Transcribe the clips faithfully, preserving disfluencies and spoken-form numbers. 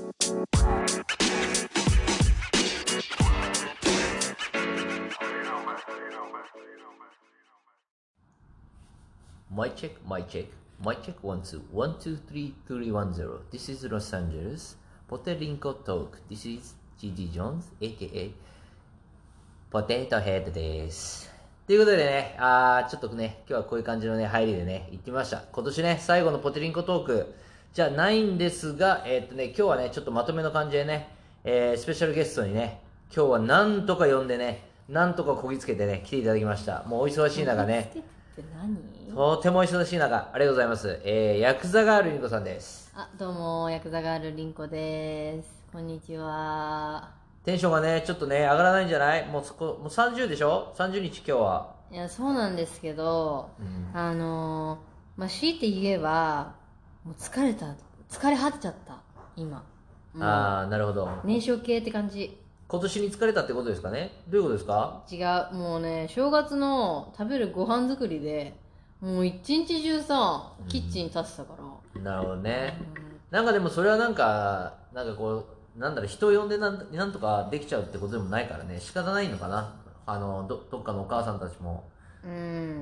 Mic check, mic check, mic check one two, one two three three one zero. This is Los Angeles. Poterinko Talk. This isジージー Jones, aka ポテトヘッドです。ということでね、あーちょっとね、今日はこういう感じのね、入りでね、行ってみました。今年ね、最後のポテリンコトークじゃないんですが、えー、っとね、今日はね、ちょっとまとめの感じでね、えー、スペシャルゲストにね、今日はなんとか呼んでね、なんとかこぎつけてね、来ていただきました。もうお忙しい中ね、とても忙しい中、ありがとうございます。えー、ヤクザガールリンコさんです。 あ、どうも、ヤクザガールリンコです。こんにちは。 テンションがね、ちょっとね、上がらないんじゃない？もうそこ、もうさんじゅうでしょ？ さんじゅう 日今日は。 いや、そうなんですけど、うん、あのー、まあ、強いて言えば、もう疲れた、疲れ果てちゃった、今。 あー、なるほど。 燃焼系って感じ。 今年に疲れたってことですかね？どういうことですか？ 違う、もうね、正月の食べるご飯作りで、もう一日中さ、キッチンに立ってたから。 うん、なるほどね。うん、なんかでもそれはなんか、なんかこう、なんだろう、人を呼んでなんなんとかできちゃうってことでもないからね、仕方ないのかな。あの、ど、どっかのお母さんたちも。 うん、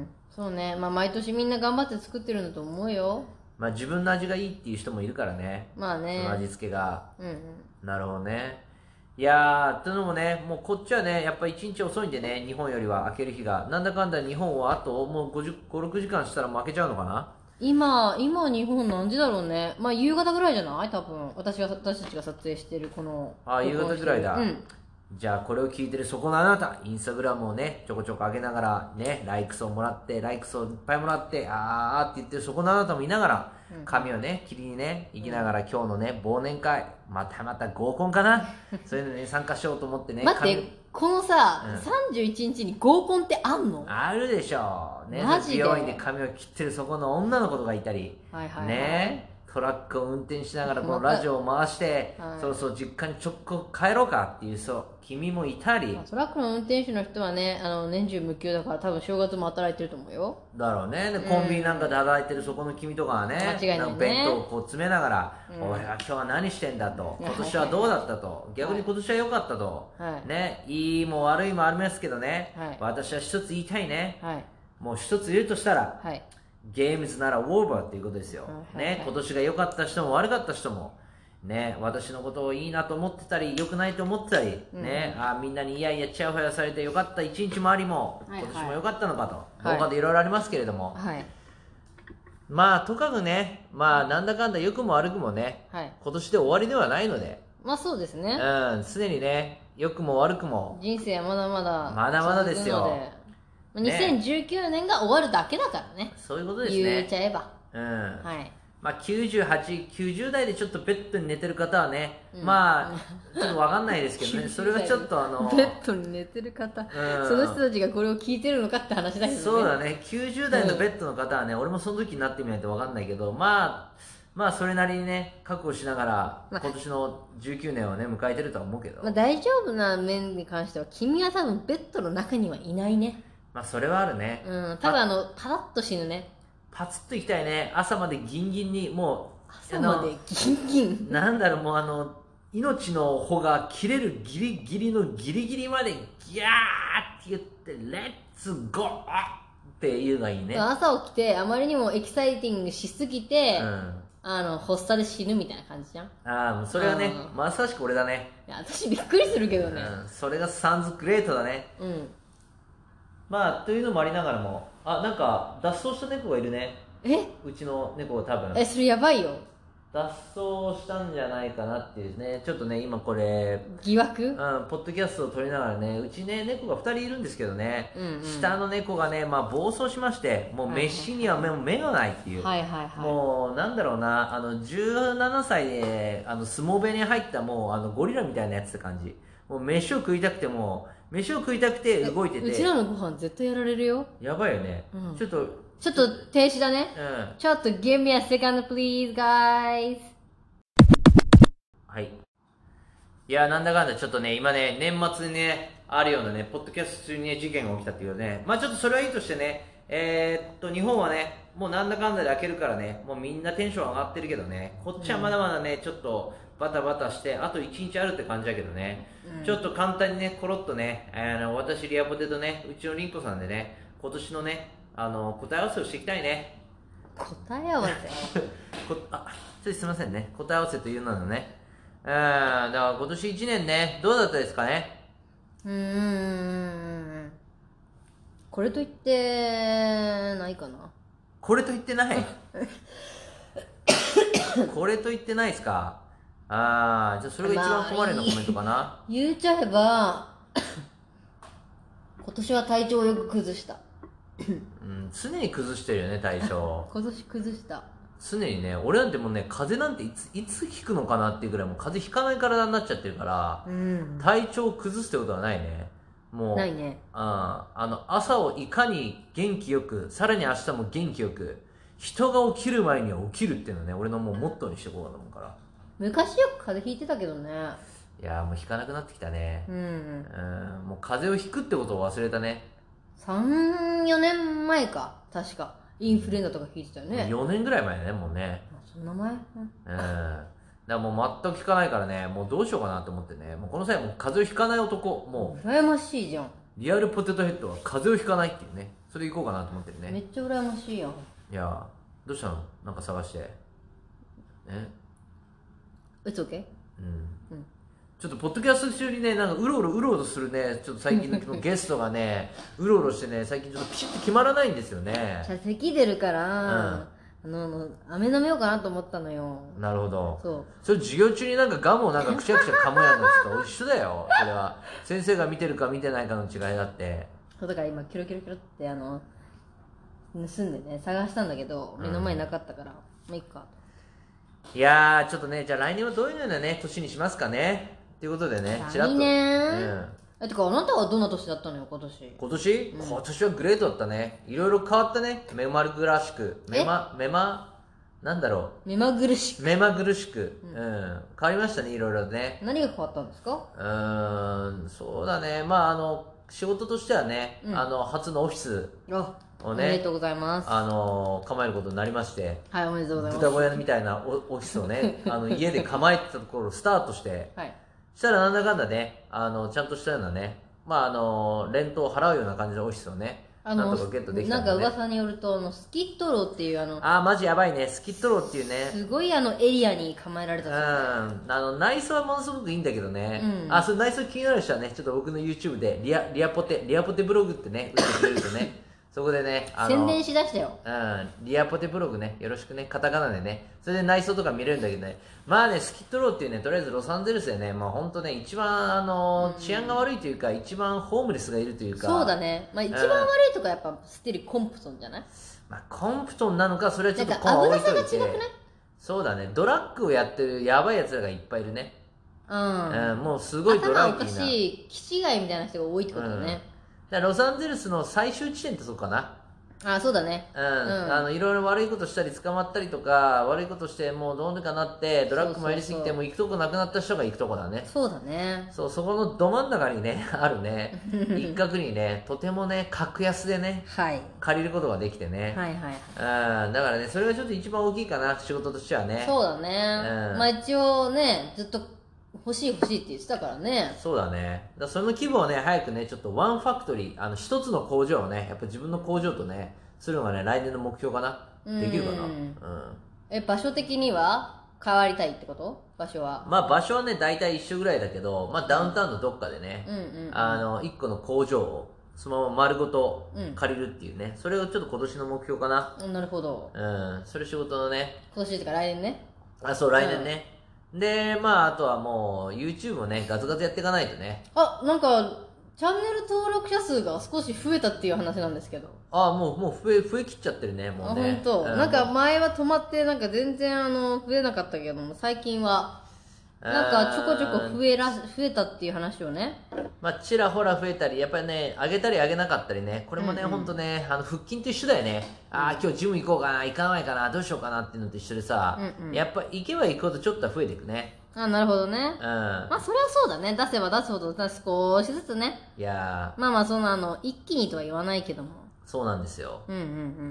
そうね。まあ毎年みんな頑張って作ってるんだと思うよ。 まあ自分の味がいいっていう人もいるからね。 まあね。 その味付けが。 うんうん。 なるほどね。いやー、というのもね、もうこっちはね、やっぱり一日遅いんでね、日本よりは開ける日が。なんだかんだ日本はあともうごじゅうご、ろくじかんしたらもう開けちゃうのかな？ 今、今日本何時だろうね。まあ夕方ぐらいじゃない多分。私が、私たちが撮影してるこの。 ああ、夕方ぐらいだ。 うん。 じゃあこれを聞いてるそこのあなた、インスタグラムをね、ちょこちょこ上げながら、ね、ライクスをもらって、ライクスをいっぱいもらって、あーって言ってるそこのあなたもいながら、うん、髪をね、切りにね、行きながら、うん、今日のね、忘年会、またまた合コンかなそういうのに参加しようと思ってね。 待って、このさ、うん、さんじゅういちにちに合コンってあんの？ あるでしょう。ね、 マジで？ 美容院で髪を切ってるそこの女の子とかいたり、 はいはいはい、 ね。トラックを運転しながらこのラジオを回して、はい、そろそろ実家に直行帰ろうかっていうそう君もいたり、 トラックの運転手の人はね、あの年中無休だから多分正月も働いてると思うよ。 だろうね。でコンビニなんかで働いてるそこの君とかはね、 間違いないね、 なんか弁当をこう詰めながら、うん、俺は今日は何してんだと、今年はどうだったと、逆に今年は良かったと、はい、ね、いいも悪いもありますけどね、はい、私は一つ言いたいね、はい、もう一つ言うとしたら、はい、ゲームズならウォーバーっていうことですよ、はいはいはい、ね、今年が良かった人も悪かった人もね、私のことをいいなと思ってたり良くないと思ってたり、うん、ね、あみんなにいやいやチヤホヤされて良かった一日もありも、はいはい、今年も良かったのかと、動画でいろいろありますけれども、はい、まあとかくね、まあなんだかんだ良くも悪くもね、はい、今年で終わりではないので、 まあそうですね、 うん、常にね、良くも悪くも人生はまだまだまだまだですよ。 にせんじゅうきゅうねんが終わるだけだからね。 そういうことですね。 言っちゃえば。 うん。はい。まあきゅうじゅうはち、きゅうじゅう代でちょっとベッドに寝てる方はね、うん、まあ、ちょっとわかんないですけどね、それはちょっとあの、 ベッドに寝てる方、うん、その人たちがこれを聞いてるのかって話だけどね。 そうだね、きゅうじゅう代のベッドの方はね、うん、俺もその時になってみないとわかんないけど、まあ、まあそれなりにね、覚悟しながら、今年のじゅうきゅうねんをね、迎えてるとは思うけど。 まあ大丈夫な面に関しては、君は多分ベッドの中にはいないね。 まあそれはあるね。 うん、ただあの、パラッと死ぬね。 パツッといきたいね。朝までギンギンに、もう、 朝までギンギン。 なんだろう、もうあの、命の穂が切れるギリギリのギリギリまでギャーって言って、レッツゴーっていうのがいいね。 朝起きて、あまりにもエキサイティングしすぎて、うん、あの、発作で死ぬみたいな感じじゃん。 ああ、それはね、まさしく俺だね。 いや、私びっくりするけどね。 うん、それがサンズグレートだね。うん。まあというのもありながらも、あ、なんか脱走した猫がいるね。 え、 うちの猫が多分え、それやばいよ。 脱走したんじゃないかなっていうね。ちょっとね今これ疑惑、うん、 ポッドキャストを撮りながらね、うちね猫がふたりいるんですけどね、うんうん、下の猫がね、まあ、暴走しまして、もう飯には目も目がないっていう、はいはいはい、もうなんだろうな、あのじゅうななさいであの相撲部屋に入ったもうあのゴリラみたいなやつって感じ。もう飯を食いたくても飯を食いたくて動いてて、 うちらのご飯絶対やられるよ。 やばいよね、うん、ちょっとちょっと停止だね、うん、ちょっと give me a second please guys。 はい。いやなんだかんだちょっとね今ね年末にねあるようなねポッドキャスト中にね事件が起きたっていうね、まあちょっとそれはいいとしてね、 えー、っと日本はねもうなんだかんだで開けるからね、もうみんなテンション上がってるけどね、こっちはまだまだねちょっとバタバタしてあといちにちあるって感じだけどね、うん、ちょっと簡単にねコロッとね、あの私リアポテとねうちのリンコさんでね今年のねあの答え合わせをしていきたいね。 答え合わせこあちょっとすいませんね、答え合わせというのはね、うん、だから今年いちねんねどうだったですかね。 うーん、これといってないかな。 これと言ってないこれと言ってないですか。ああ、じゃあそれが一番困るようなコメントかな、まあ、言っちゃえば今年は体調をよく崩したうん、常に崩してるよね体調今年崩した。 常にね、俺なんてもうね風邪なんていついつひくのかなっていうぐらいもう風邪ひかない体になっちゃってるから、うん、体調を崩すってことはないね。もうないね。 ああの朝をいかに元気よく、さらに明日も元気よく、人が起きる前には起きるっていうのはね俺のもうモットーにしていこうかと思うから。 昔よく風邪ひいてたけどね。 いやもうひかなくなってきたね。うん、うん、もう風邪をひくってことを忘れたね。 さん、よねんまえか確かインフルエンザとかひいてたよね。 よねんぐらい前だねもうね。 そんな前。うん、 だからもう全く効かないからね、もうどうしようかなと思ってね、もうこの際もう風邪をひかない男、もう羨ましいじゃん。 リアルポテトヘッドは風邪をひかないっていうね、それいこうかなと思ってるね。 めっちゃ羨ましいやん。 いやどうしたの、なんか探してえ It's okay。 うん、 うん、ちょっとポッドキャスト中にねなんかうろうろうろうろするねちょっと最近のゲストがねうろうろしてね最近ちょっとピシッと決まらないんですよね。 じゃあ咳出るから、うん、あの飴飲めようかなと思ったのよ。 なるほど。そうそれ授業中になんかガムをなんかくしゃくしゃ噛むやつと一緒だよそれは。先生が見てるか見てないかの違いだって。 そうだから今キロキロキロってあの盗んでね探したんだけど目の前なかったから、うん、まあいっか。 いやーちょっとねじゃあ来年はどういうようなね年にしますかねということでね。 来年、うん、えてかあなたはどんな年だったのよ今年。 今年、うん、今年はグレートだったね。いろいろ変わったね。目まぐらしく目ま目まなんだろう目まぐるしく目まぐるしく、うん、うん、変わりましたねいろいろね。 何が変わったんですか。 うーんそうだね、まああの仕事としてはね、うん、あの初のオフィスをね、 おめでとうございます。 あの構えることになりまして、 はい、おめでとうございます。 豚小屋みたいな オ, オフィスをねあの家で構えてたところをスタートして、はい、したらなんだかんだねあのちゃんとしたようなね、まああのレントを払うような感じのオフィスをねなんとかゲットできたんで、ね、 なんか噂によるとあのスキットローっていうあのあーマジやばいねスキットローっていうねすごいあのエリアに構えられた、ね、 うんあの内装はものすごくいいんだけどね、うん、あそれ内装気になる人はねちょっと僕の YouTube でリアリアポテリアポテブログってね打ってくれるとねそこでねあの宣伝しだしたよ。 うんリアポテブログねよろしくねカタカナでねそれで内装とか見れるんだけどね、まあねスキットローっていうねとりあえずロサンゼルスでねまあ本当ね一番あの治安が悪いというか一番ホームレスがいるというかそうだね、まあ、一番悪いとかやっぱステリコンプトンじゃない。 まあコンプトンなのかそれはちょっとコンは置いといて、そうだねドラッグをやってるやばいやつらがいっぱいいるね。うん、うん、もうすごいドラッキーな頭おかしい気違いみたいな人が多いってことだね、 うん、ロサンゼルスの最終地点ってそうかな。 あそうだね、 うん、うん、あのいろいろ悪いことしたり捕まったりとか悪いことしてもうどうにかなってドラッグもやりすぎても行くとこなくなった人が行くとこだね。 そうだね。 そうそこのど真ん中にねあるね一角にねとてもね格安でね、はい、借りることができてね、はいはい、うんだからねそれがちょっと一番大きいかな仕事としてはね。 そうだね、うん、まあ一応ねずっと欲しい欲しいって言ってたからね。 そうだね。だその規模をね早くねちょっとワンファクトリーあの一つの工場をねやっぱ自分の工場とねするのがね来年の目標かな。できるかな。うん。 え場所的には変わりたいってこと？場所はまあ場所はね大体一緒ぐらいだけど、まあダウンタウンのどっかでね、うんうんうん、あの一個の工場をそのまま丸ごと借りるっていうね、うん、それをちょっと今年の目標かな。 なるほど。 うんそれ仕事のね今年ってか来年ね。 あそう来年ね、うん、でまああとはもう YouTube をねガツガツやっていかないとね。 あなんかチャンネル登録者数が少し増えたっていう話なんですけど。 ああもうもう増え増えきっちゃってるねもうね。 あ本当、うん、なんか前は止まってなんか全然あの増えなかったけども最近はなんかちょこちょこ増えら増えたっていう話をね。 まあちらほら増えたりやっぱりね上げたり上げなかったりねこれもね、うんうん、ほんとねあの腹筋と一緒だよね、うん、ああ今日ジム行こうかな行かないかなどうしようかなっていうのと一緒でさ、うんうん、やっぱ行けば行くほどちょっとは増えていくね。 あなるほどね、うん、まあそれはそうだね出せば出すほど少しずつね。いやまあまあそんなあの一気にとは言わないけどもそうなんですよ。 うんうんうん。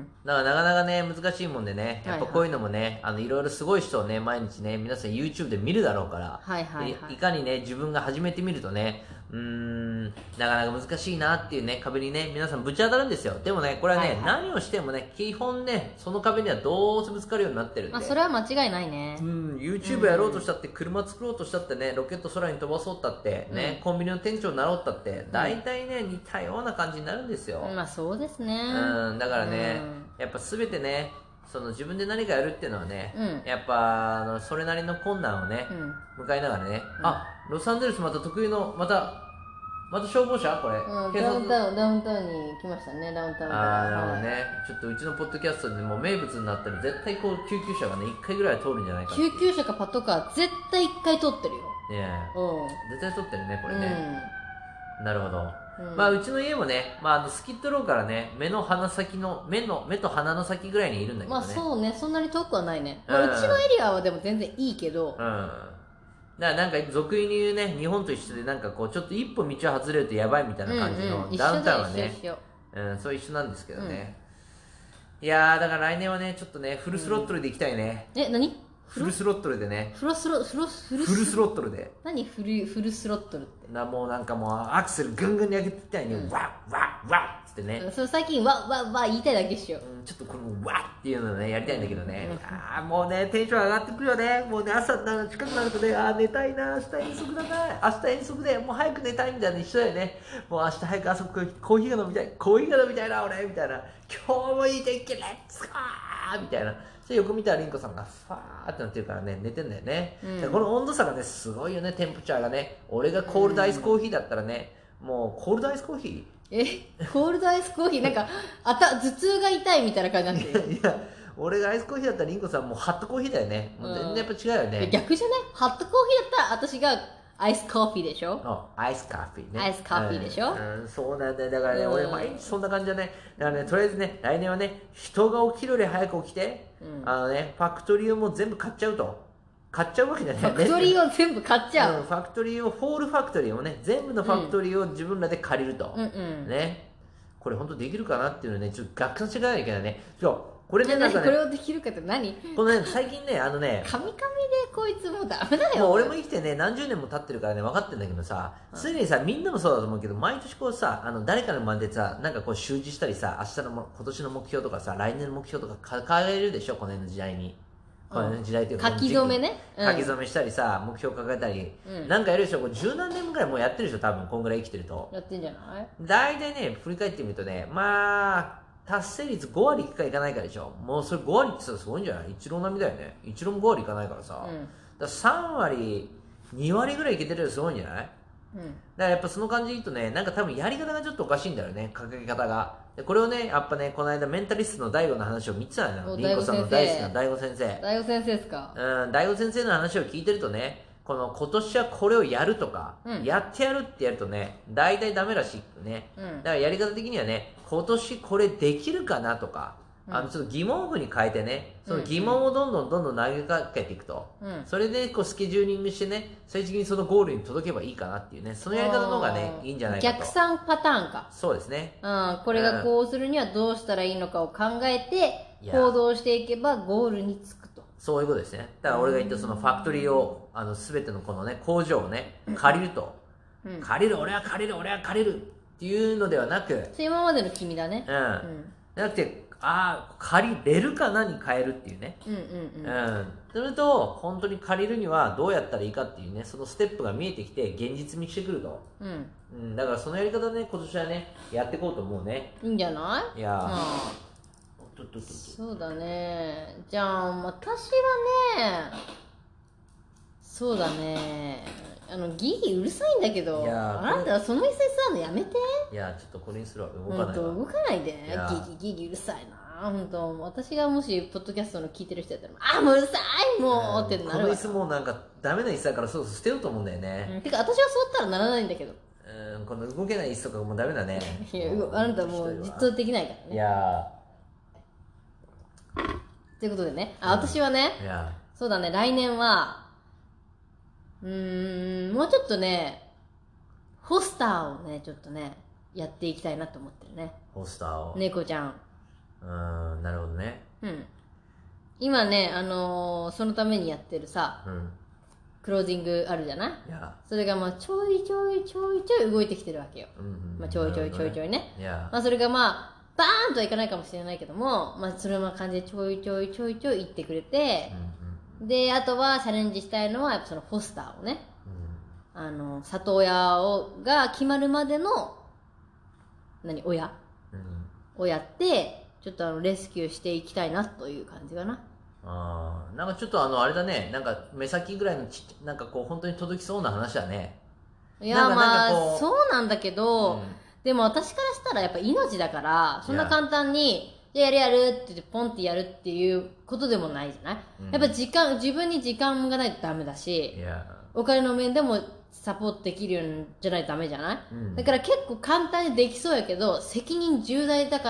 だからなかなかね、難しいもんでね、やっぱはいはいこういうのもね、あの、いろいろすごい人をね、毎日ね、皆さん YouTube で見るだろうから、 はいはいはいでいかにね、自分が始めてみるとね、うーん、なかなか難しいなっていうね、壁にね、皆さんぶち当たるんですよ。でもね、これはね、 はいはい何をしてもね、基本ね、その壁にはどうせぶつかるようになってるんで。 まあそれは間違いないねう。ん、YouTube やろうとしたって、車作ろうとしたってね、ロケット空に飛ばそうったって、ね、 うんコンビニの店長になろうったって、大体ね、似たような感じになるんですよ。 まあそうですね。 うん、だからね、 うんやっぱ全てね、その自分で何かやるっていうのはね、 うんやっぱあのそれなりの困難をね、 うん迎えながらね、 うんあ、ロサンゼルスまた得意の、また、また消防車これ、 うん、 警察ダウンタウンダウンタウンに来ましたね、ダウンタウンから。 あーなるほどはいね、ちょっとうちのポッドキャストでもう名物になったら絶対こう救急車がね、いっかいぐらい通るんじゃないかっていう救急車かパトカー絶対一回通ってるよ。 ねうえ絶対通ってるね、こん。 れね。なるほど。 うんまあ、うちの家もね、まあ、あのスキットローからね、目の鼻先の、目の、目と鼻の先ぐらいにいるんだけどね。 まあそうね、そんなに遠くはないね。まあ、 うんうちのエリアはでも全然いいけど、 うん。だからなんか俗に言うね、日本と一緒でなんかこう、ちょっと一歩道を外れるとやばいみたいな感じのうんうん、一ダウ緒だよンタウンはね、 一緒一緒。 うん、そう一緒なんですけどね。いやー、だから来年はね、ちょっとね、フルスロットルで行きたいね。 え、何フルスロットルでね、 フロスロ、フロス、フルフルスロットルで。 何フル、フルスロットルって。 な、もうなんかもうアクセルぐんぐんに上げていきたいね、 うんわっわっわっつってね。 それ最近、わ、わ、わ言いたいだけっしょ。 うんちょっとこのわっっていうのをねやりたいんだけどね、 うんああもうねテンション上がってくるよね。もうね朝な近くなるとね、あー寝たいな、明日遠足だな、明日遠足でもう早く寝たいみたいな一緒だよね。もう明日早く朝コーヒーが飲みたい、コーヒーが飲みたいな俺みたいな、今日もいい天気レッツゴーみたいな。で横見たらリンコさんがファーってなってるからね寝てんだよね、 うんでこの温度差がねすごいよね。テンプチャーがね、俺がコールドアイスコーヒーだったらね、もうコールドアイスコーヒえ、コールドアイスコーヒー、なんか、あた、頭痛が痛いみたいな感じになってる。 ーいや俺がアイスコーヒーだったらリンコさんもうハットコーヒーだよね。もう全然やっぱ違うよね、 え逆じゃないハットコーヒーだったら私がアイスコーヒーでしょ。 あアイスカーフィーね。 アイスカーフィーでしょうん、うんそうなんだよ。だからね、 うん俺毎日そんな感じだね。だからね、とりあえずね、来年はね、人が起きるより早く起きて、 うんあのね、ファクトリーをもう全部買っちゃうと。買っちゃうわけじゃない。 ファクトリーーを全部買っちゃう。 ファクトリーを、ホールファクトリーをね、全部のファクトリーを自分らで借りると。 うんうん。 ね。これ本当できるかなっていうのね、ちょっと学習していかないといけないね。そうこれね、 えなんかね、 何これをできるかって何このね、最近ね、あのね、 カミカミでこいつもうダメだよ。 もう俺も生きてね何十年も経ってるからね分かってんだけどさ、常にさみんなもそうだと思うけど、毎年こうさあの誰かの真似でさなんかこう習字したりさ、明日のも今年の目標とかさ来年の目標とか掲げるでしょ、この辺の時代に。この辺の時代っていうか書き初めね。うん書き初めしたりさ目標掲げたり、 うんなんかやるでしょ。これ十何年ぐらいもうやってるでしょ多分こんぐらい生きてると。 やってんじゃない？ 大体ね振り返ってみるとね、まあ達成率ご割いくかいかないかでしょ。もうそれご割って言ったらすごいんじゃない？イチロー並みだよね。イチローもご割いかないからさ、 うんだからさん割に割ぐらいいけてるよ、すごいんじゃない？だかうん。 らやっぱその感じで言うとね、なんか多分やり方がちょっとおかしいんだよね、掲げ方が。でこれをねやっぱねこの間メンタリストの大悟の話を見てたのよ。 おリンコさんの大好きな大悟先生。 大悟先生ですか？ うん、大悟先生の話を聞いてるとね、この今年はこれをやるとか、 うんやってやるってやるとね大体ダメらしいね。 うんだからやり方的にはね、今年これできるかなとか、あのちょっと疑問符に変えてね、その疑問をどんどんどんどん投げかけていくと、 うんそれでこうスケジューリングしてね、最終的にそのゴールに届けばいいかなっていうね、そのやり方の方がねいいんじゃないかと。 逆算パターンか。 そうですね。 うん、これがこうするにはどうしたらいいのかを考えていや行動していけばゴールにつくと。 そういうことですね。だから俺が言ったそのファクトリーを、あの全てのこのね工場をね借りると、 うん借りる俺は借りる俺は借りるっていうのではなく、 それ今までの君だね。 うん、 うんじゃなくて、ああ借りれるかなに変えるっていうね。 うんうんうん。 うん、それと本当に借りるにはどうやったらいいかっていうね、そのステップが見えてきて現実味してくると、 うん。 うん、だからそのやり方でね今年はねやっていこうと思うね。 いいんじゃない？ いやー、 まあおっとっとっとっとそうだね。じゃあ私はね、そうだね。あのギギうるさいんだけど、 いやーあなたはその椅子に座るのやめて。 いやーちょっとこれにするわ、動か本ないわ。 当動かないで。 いやギギギギうるさいな。本当私がもしポッドキャストの聞いてる人やったら、あもううるさいもうってなるわ。 この椅子もうなんかダメな椅子だからそろそろ捨てようと思うんだよね。 うんてか私は座ったらならないんだけど。 うん、この動けない椅子とかもうダメだね。 いやうあなたもう実装できないからいね。 やということでね、あ私はね、 ーいやそうだね、来年は、うーん、もうちょっとね、ホスターをね、ちょっとね、 やっていきたいなと思ってるね。 ポスターを。 猫ちゃん。 うーん、なるほどね。 うん。今ね、あのー、そのためにやってるさ、 うん。 クロージングあるじゃない？ いや。 それがまあちょいちょいちょいちょい動いてきてるわけよ。 うんうん、 まあちょいちょいちょいちょいね。 いや。 まあそれがまあ、バーンとはいかないかもしれないけども、まあそれの感じでちょいちょいちょいちょい言ってくれて、うんうん、で、あとはチャレンジしたいのは、やっぱそのポスターをね、うん、あの、里親をが決まるまでの、何、親、うん、をやって、ちょっとあのレスキューしていきたいなという感じかな。 ああ、なんかちょっとあのあれだね、なんか目先ぐらいのちっなんかこう本当に届きそうな話だね。 いやまあそうなんだけど、うん、でも私からしたらやっぱ命だからそんな簡単にじゃあやるやるって言ってポンってやるっていうことでもないじゃない、うん、やっぱ時間自分に時間がないとダメだし、お金の面でもサポートできるようじゃないとダメじゃない、うん、だから結構簡単にできそうやけど責任重大だから、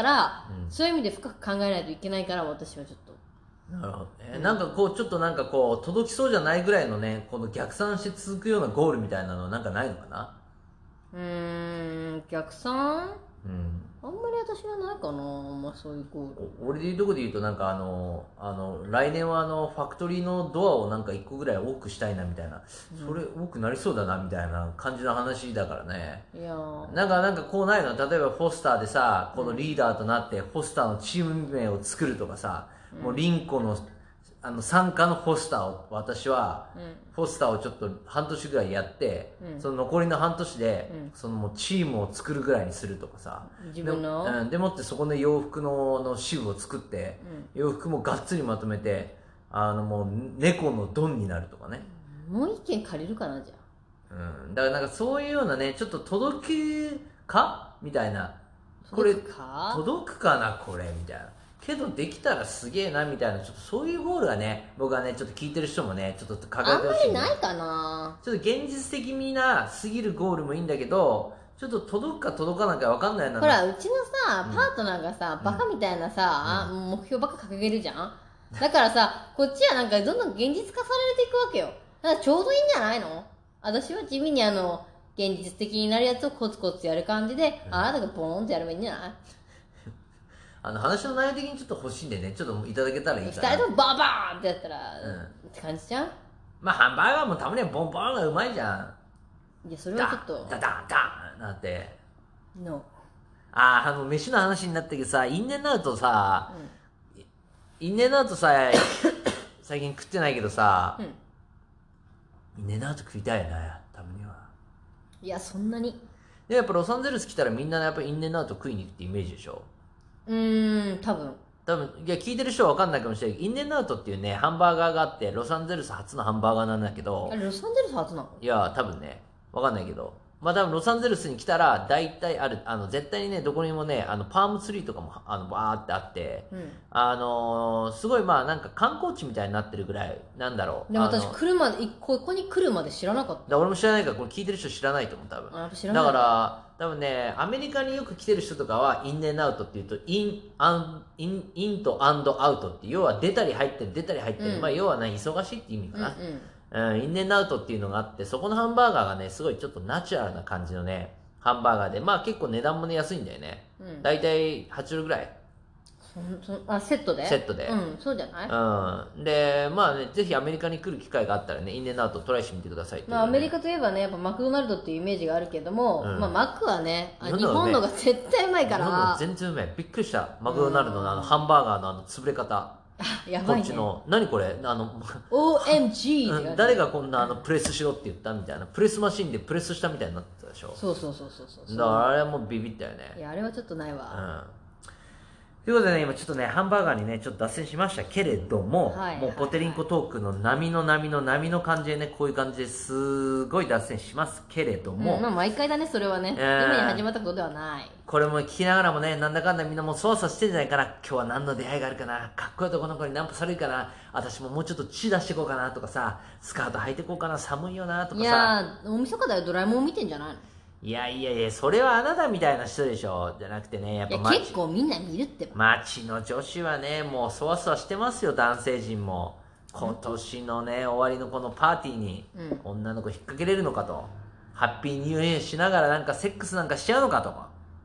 うん、そういう意味で深く考えないといけないから私はちょっと。 なるほどね、うん、なんかこうちょっとなんかこう届きそうじゃないぐらいのねこの逆算して続くようなゴールみたいなのなんかないのかな。 うーん逆算、うん、あんまり私はないかな、まあ、そういうゴール。 俺でいうとこで言うとなんかあのあの来年はあのファクトリーのドアをなんかいっこぐらい多くしたいなみたいな、うん、それ多くなりそうだなみたいな感じの話だからね。いやなんかなんかこうないの、例えばポスターでさこのリーダーとなってポスターのチーム名を作るとかさ、うん、もうリンコのあの参加のポスターを私は、うん、ポスターをちょっと半年ぐらいやって、うん、その残りの半年で、うん、そのもうチームを作るぐらいにするとかさ、 自分ので, うん、でもってそこで洋服 の, の支部を作って、洋服もがっつりまとめてあのもう猫のドンになるとかね。 もう一件借りるかなじゃあ、うん、だからなんかそういうようなねちょっと届くかみたいな、これ届くか届くかなこれみたいなけどできたらすげえなみたいな、ちょっとそういうゴールがね僕はねちょっと聞いてる人もねちょっと考えてほしい、 ね、あんまりないかな。 ちょっと現実的なすぎるゴールもいいんだけどちょっと届くか届かなきゃ分かんないな。 ほらうちのさ、うん、パートナーがさバカみたいなさ、うん、目標ばっか掲げるじゃん。だからさこっちはなんかどんどん現実化されていくわけよ。だからちょうどいいんじゃないの。私は地味にあの現実的になるやつをコツコツやる感じで、うん、あなたがボーンってやればいいんじゃない。 あの話の内容的にちょっと欲しいんでねちょっといただけたらいいかな。 ふたりともバーバーンってやったら、うん、って感じじゃん。 まあハンバーガーもたまにはボンボンがうまいじゃん。いやそれはちょっとダダンダンなんてのあああの飯の話になったけどさインデンアウトさ、うん、インデンアウトさ最近食ってないけどさ、うん、インデンアウト食いたいなたまには。 いやそんなにでやっぱロサンゼルス来たらみんなやっぱインデンアウト食いに行くってイメージでしょ。 うーん多分多分いや聞いてる人は分かんないかもしれないけどインデンアウトっていうねハンバーガーがあってロサンゼルス初のハンバーガーなんだけど。 あれロサンゼルス初なの？ いや多分ね分かんないけどまあ多分ロサンゼルスに来たら大体あるあの絶対にねどこにもねあのパームツリーとかもあのバーってあって、うん、あのー、すごいまあなんか観光地みたいになってるぐらいなんだろう。 でも私来るまでここに来るまで知らなかった。 俺も知らないからこれ聞いてる人知らないと思う多分。 あ知らない。 だから多分ねアメリカによく来てる人とかはインデンアウトっていうとインアンインインとアンドアウトって要は出たり入ってる出たり入ってる、うん、まあ要はね忙しいって意味かな、うんうん、インデンアウトっていうのがあってそこのハンバーガーがねすごいちょっとナチュラルな感じのねハンバーガーでまあ結構値段もね安いんだよね、うん、だいたいはちドルぐらい。 そそあセットでセットでうんそうじゃない。 うんでまあねぜひアメリカに来る機会があったらねインデンアウトトライしてみてください、ね、 まあアメリカといえばねやっぱマクドナルドっていうイメージがあるけども、うん、まあマックはね日本のが絶対うまいから全然うまい。びっくりしたマクドナルドのあのハンバーガーのあの潰れ方。 やばいね、 こっちの何これあのオーエムジー って誰がこんなあのプレスしろって言ったみたいなプレスマシンでプレスしたみたいになってたでしょ。 そうそうそうそうそう。 だからあれはもうビビったよね。 いやあれはちょっとないわ、 うんということでね、今ちょっとね、ハンバーガーにね、ちょっと脱線しましたけれども、はいはいはい、もうポテリンコトークの波の波の波の感じでね、こういう感じですごい脱線しますけれども。 うん、まあ毎回だね、それはね。えー、今に始まったことではない。 これも聞きながらもね、なんだかんだみんなもう操作してんじゃないかな。今日は何の出会いがあるかな。かっこいい男の子にナンパされるかな。私ももうちょっと血出していこうかなとかさ、スカート履いていこうかな、寒いよなとかさ。いやー、大晦日だよ、ドラえもん見てんじゃないの？ いやいやいや、それはあなたみたいな人でしょ。じゃなくてね、やっぱ結構みんな見るってば。街の女子はね、もうそわそわしてますよ、男性陣も。今年のね、終わりのこのパーティーに、うん、女の子引っ掛けれるのかと。ハッピーニューイヤーしながらなんかセックスなんかしちゃうのかとか。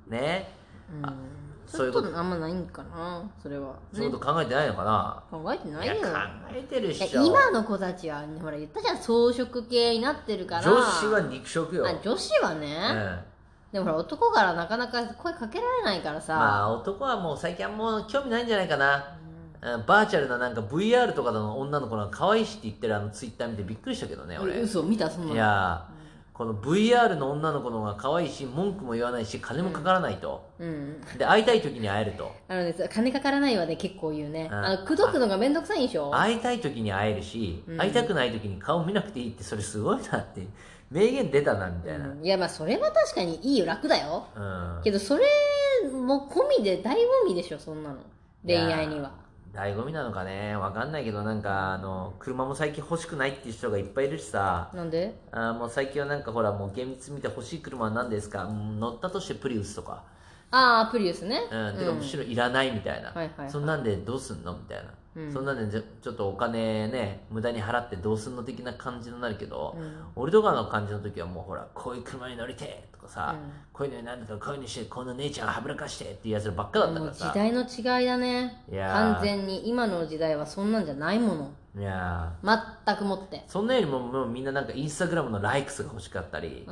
ね、 うんあそういうことあんまないんかなそれは、ね、 そういうこと考えてないのかな。 考えてないよ。 いや考えてるっしょ。 いや今の子たちはほら言ったじゃん、草食系になってるから。 女子は肉食よ。 あ女子はね、 うんでもほら男からなかなか声かけられないからさ。 まあ男はもう最近はもう興味ないんじゃないかな、うん、バーチャルななんか ブイアール とかの女の子が可愛いしって言ってるあのツイッター見てびっくりしたけどね俺。 嘘見たそんなの。 いやこの ブイアール の女の子の方が可愛いし文句も言わないし金もかからないと、 うん、 で会いたい時に会えると。 あのね金かからないわね結構言うね、 うん、 あの口説くのがめんどくさいんでしょ。 会いたい時に会えるし、 うん、 会いたくない時に顔見なくていいってそれすごいなって名言出たなみたいな、 うん、いやまあそれは確かにいいよ楽だよ、 うん、 けどそれも込みで醍醐味でしょそんなの恋愛には。 醍醐味なのかねわかんないけどなんかあの車も最近欲しくないっていう人がいっぱいいるしさ。 なんであもう最近はなんかほらもう厳密見て欲しい車は何ですか、うん、乗ったとしてプリウスとか、 ああプリウスね、 うん、てかむしろいらないみたいな、 はいはいはい、 そんなんでどうすんのみたいな、うん、そんなんでちょっとお金ね無駄に払ってどうすんの的な感じになるけど、うん、俺とかの感じの時はもうほらこういう車に乗りてとかさ、うん、こういうのになんだったらこういうのにしてこの姉ちゃんはぶらかしてっていうやつらばっかだったからさ。 時代の違いだね。いや完全に今の時代はそんなんじゃないもの。 いや全くもって。 そんなよりももうみんななんかインスタグラムのライクスが欲しかったり、 うん、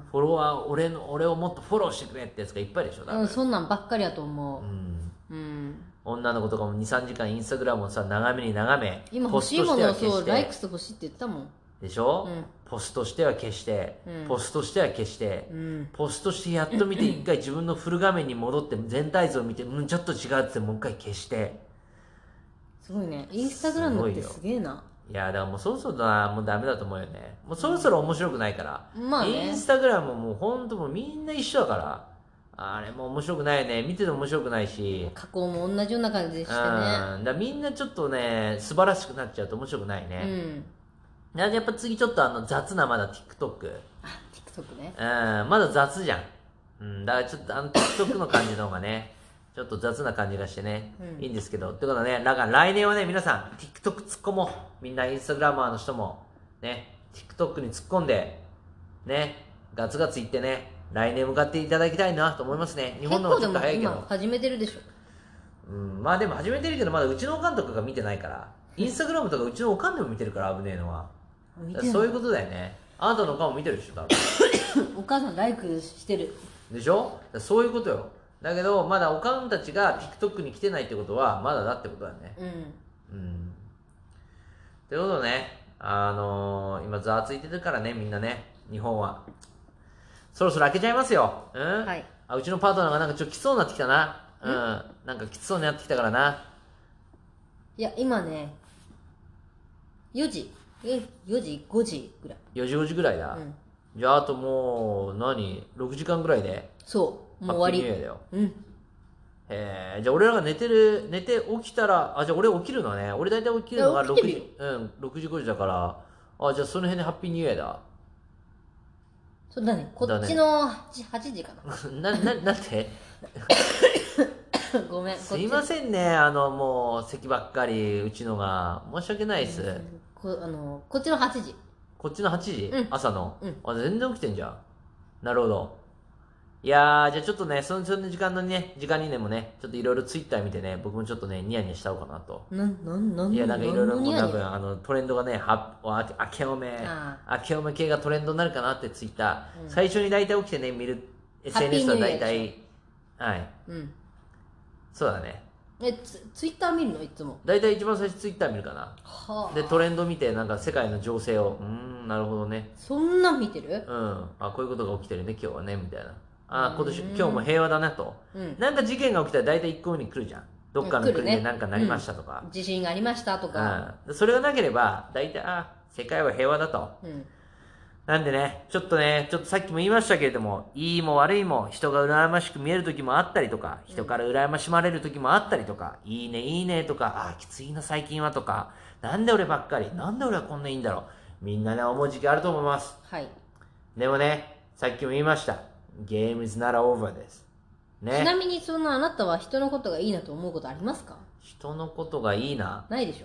フォロワー俺の俺をもっとフォローしてくれってやつがいっぱいでしょ。 うん、そんなんばっかりやと思う、 うんうん、 女の子とかもにさんじかんインスタグラムをさ眺めに眺め今欲しいものをそうライクス欲しいって言ったもんでしょ、 うん、 ポストしては消して、うん、ポストしては消して、うん、ポストしてやっと見て一回自分のフル画面に戻って全体像を見てうんちょっと違うってもう一回消して。 すごいねインスタグラムってすげえな。 いやだからもうそろそろだもうダメだと思うよね。もうそろそろ面白くないから、 まあね、 インスタグラムもう本当もうみんな一緒だからあれもう面白くないよね。見てて面白くないし加工も同じような感じでしてね。 うんだみんなちょっとね素晴らしくなっちゃうと面白くないね。うんやっぱ次ちょっとあの雑なまだ TikTok。 あ TikTok ね。 うんまだ雑じゃん。うんだからちょっとあの TikTok の感じの方がねちょっと雑な感じがしてね、うん、いいんですけど。ってことはね、だから来年はね、皆さん、TikTok 突っ込もう。みんなインスタグラマーの人も、ね、TikTok に突っ込んで、ね、ガツガツいってね、来年向かっていただきたいなと思いますね。日本の方がちょっと早いけど。今始めてるでしょ。 うん、まあでも始めてるけど、まだうちのおかんとかが見てないから、インスタグラムとかうちのおかんでも見てるから危ねえのは。そういうことだよね。あなたのおかんも見てるでしょ、多分。 お母さんライクしてる。 でしょそういうことよ。だけどまだおかんたちが TikTok に来てないってことはまだだってことだね。うん。うん。ってことね、あのー、今ざわついてるからねみんなね日本は。そろそろ開けちゃいますよ。うん。はい。あうちのパートナーがなんかちょっときつそうになってきたな。うん。なんかきつそうになってきたからな。 いや今ねよじえよじごじぐらい。 よじごじぐらいだ。うん。じゃああともう何ろくじかんぐらいで。 そう。もう終わり。 だよ。うん。えじゃあ俺らが寝てる、寝て起きたら、あ、じゃあ俺起きるのね。俺大体起きるのがろくじ、うん、ろくじごじだから、あ、じゃあその辺でハッピーニューイヤーだ。 そうだね。こっちのはちじかな。な、な、なんてごめん。 すいませんね。あの、もう、席ばっかり、うちのが。申し訳ないです。うん、 こあのこっちのはちじ。 こっちのはちじ、うん、朝の、 うん。 あ、全然起きてんじゃん。なるほど。いやー、じゃあちょっとね、その、その時間のね、時間にでもね、ちょっといろいろツイッター見てね、僕もちょっとね、ニヤニヤしたおうかなと。 な、な、な、 いや、なんかいろいろもう多分、あの、トレンドがね、は、あ、明けおめ、明けおめ系がトレンドになるかなってツイッター。うん、最初に大体起きてね、見る エスエヌエス は大体、はい。うん。そうだね。 え、ツ, ツイッター見るのいつも大体一番最初ツイッター見るかな。はあ。で、トレンド見て、なんか世界の情勢を、うーん、なるほどね。 そんなん見てる？ うん。あ、こういうことが起きてるね、今日はね、みたいな。あ今年今日も平和だなと、うん、なんか事件が起きたら大体いっこめに来るじゃん。どっかの国で何かなりましたとか、 ねうん、地震がありましたとか、 うん、それがなければ大体あ世界は平和だと、うん、なんでねちょっとねちょっとさっきも言いましたけれどもいいも悪いも人が羨ましく見える時もあったりとか人から羨ましまれる時もあったりとか、うん、いいねいいねとかあきついな最近はとかなんで俺ばっかりなんで俺はこんないいんだろうみんなね思う時期あると思います、はい、でもねさっきも言いましたゲーム is not over です。 ね。ちなみにそのあなたは人のことがいいなと思うことありますか？ 人のことがいいな。 ないでしょ？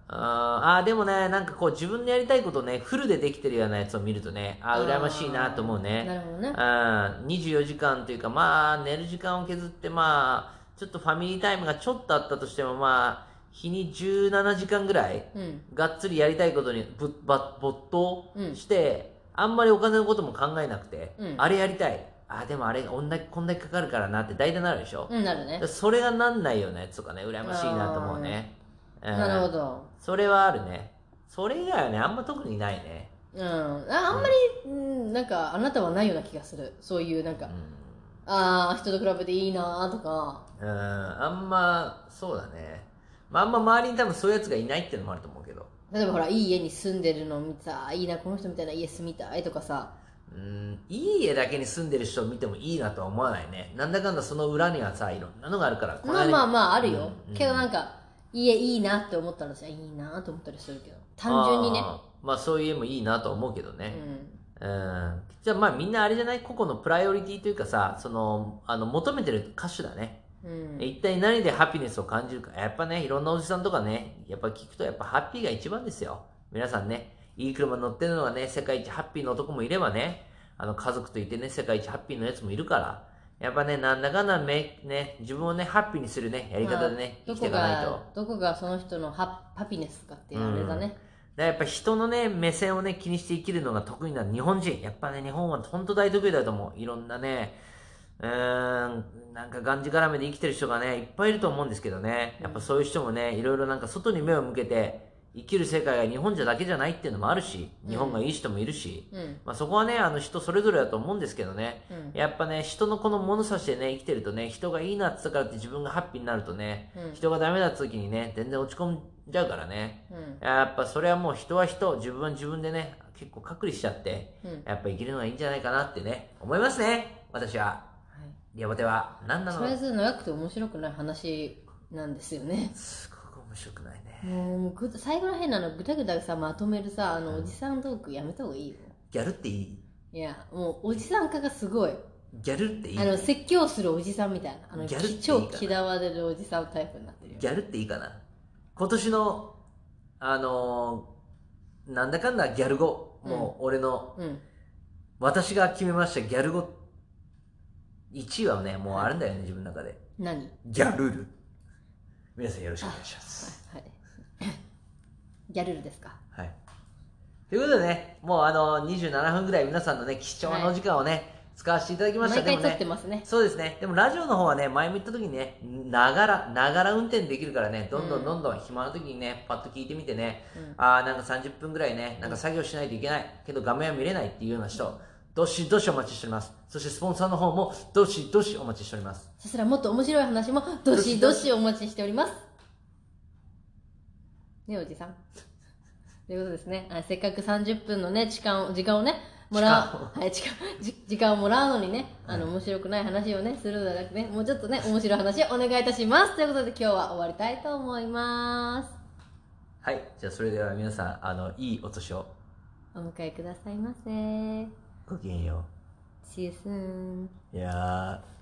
あー、でもね、なんかこう自分でやりたいことね、フルでできてるようなやつを見るとね、あー、羨ましいなと思うね。 なるほどね。 うん、にじゅうよじかんというか、まあ、寝る時間を削って、まあ、ちょっとファミリータイムがちょっとあったとしても、まあ、日にじゅうななじかんぐらい、 うん、 がっつりやりたいことにぶば没頭して、うん、あんまりお金のことも考えなくて、うん、あれやりたい。あ、でもあれこんだけ、こんだけかかるからなって大体なるでしょ。 うん、なるね。 それがなんないようなやつとかね、羨ましいなと思うね。 うん、なるほど。 それはあるね。それ以外はね、あんま特にないね。 うん。ああんまり、うん、なんか、あなたはないような気がする。そういうなんか、うん、ああ、人と比べていいなとか。 うん、あんま、そうだね。まあ、あんま周りに多分そういうやつがいないっていうのもあると思うけど。 例えばほら、いい家に住んでるのを見てさ、いいな、この人みたいな家住みたいとかさ。 うん、いい家だけに住んでる人を見てもいいなとは思わないね。なんだかんだその裏にはさ、いろんなのがあるから。 まあまあまあ、あるよ。うん、けどなんか、家いいなって思ったらさ、いいなと思ったりするけど。単純にね。 あまあそういう家もいいなと思うけどね。うん。うん、じゃあまあみんなあれじゃない、個々のプライオリティというかさ、その、あの、求めてる歌手だね。うん、一体何でハピネスを感じるか。やっぱね、いろんなおじさんとかね、やっぱ聞くとやっぱハッピーが一番ですよ。皆さんね、いい車乗ってるのがね、世界一ハッピーな男もいればね、あの家族といてね、世界一ハッピーなやつもいるから、やっぱね、なんだかんだめ、ね、自分をね、ハッピーにするね、やり方でね、まあ、生きていかないと。 どこがその人のハッピネスかっていうあれだね。 うん、やっぱ人のね、目線をね、気にして生きるのが得意な日本人。やっぱね、日本は本当大得意だと思う。いろんなね、うーん、なんかがんじがらめで生きてる人がね、いっぱいいると思うんですけどね。やっぱそういう人もね、いろいろなんか外に目を向けて、生きる世界が日本じゃだけじゃないっていうのもあるし、日本がいい人もいるし、うん、まあそこはね、あの人それぞれだと思うんですけどね、うん、やっぱね、人のこの物差しでね、生きてるとね、人がいいなって言ったからって自分がハッピーになるとね、うん、人がダメだった時にね、全然落ち込んじゃうからね、やっぱそれはもう人は人、自分は自分でね、結構隔離しちゃって、やっぱ生きるのがいいんじゃないかなってね、思いますね、私は。リアボテは何なの？ とりあえず長くて面白くない話なんですよね。 すごく面白くないね。 もう最後らへんなのぐだぐださまとめるさ、あの、うん、おじさんトークやめた方がいいよ。 ギャルっていい？ いやもうおじさん化がすごい。 ギャルっていい？ あの説教するおじさんみたいな、あのギャルっていい超嫌われるおじさんタイプになってるよ。 ギャルっていいかな。今年のあのー、なんだかんだギャル語、うん、もう俺の、うん、私が決めましたギャル語いちいはね、もうあるんだよね、はい、自分の中で。 何？ ギャルル。皆さんよろしくお願いします。 はい。はい、ギャルルですか。 はい。ということでね、もうあの、にじゅうななふんぐらい皆さんのね、貴重なお時間をね、はい、使わせていただきました。 毎回撮ってますね。 そうですね。でもラジオの方はね、前も言った時にね、ながら、ながら運転できるからね、どんどんどんどん暇な時にね、パッと聞いてみてね、うん、あーなんかさんじゅっぷんぐらいね、なんか作業しないといけない、けど画面は見れないっていうような人、どしどしお待ちしております。そしてスポンサーの方もどしどしお待ちしております。 そしたらもっと面白い話もどしどしお待ちしております。ねおじさん。ということですね。せっかくさんじゅっぷんのね、時間を、時間をね、もらう、はい、時間、時間をもらうのにね、あの、面白くない話をね、するのではなくね、もうちょっとね、面白い話をお願いいたします。ということで今日は終わりたいと思います。 はい。じゃあそれでは皆さん、あの、いいお年を。 お迎えくださいませ。 ごきげんよう。See you soon. いやー。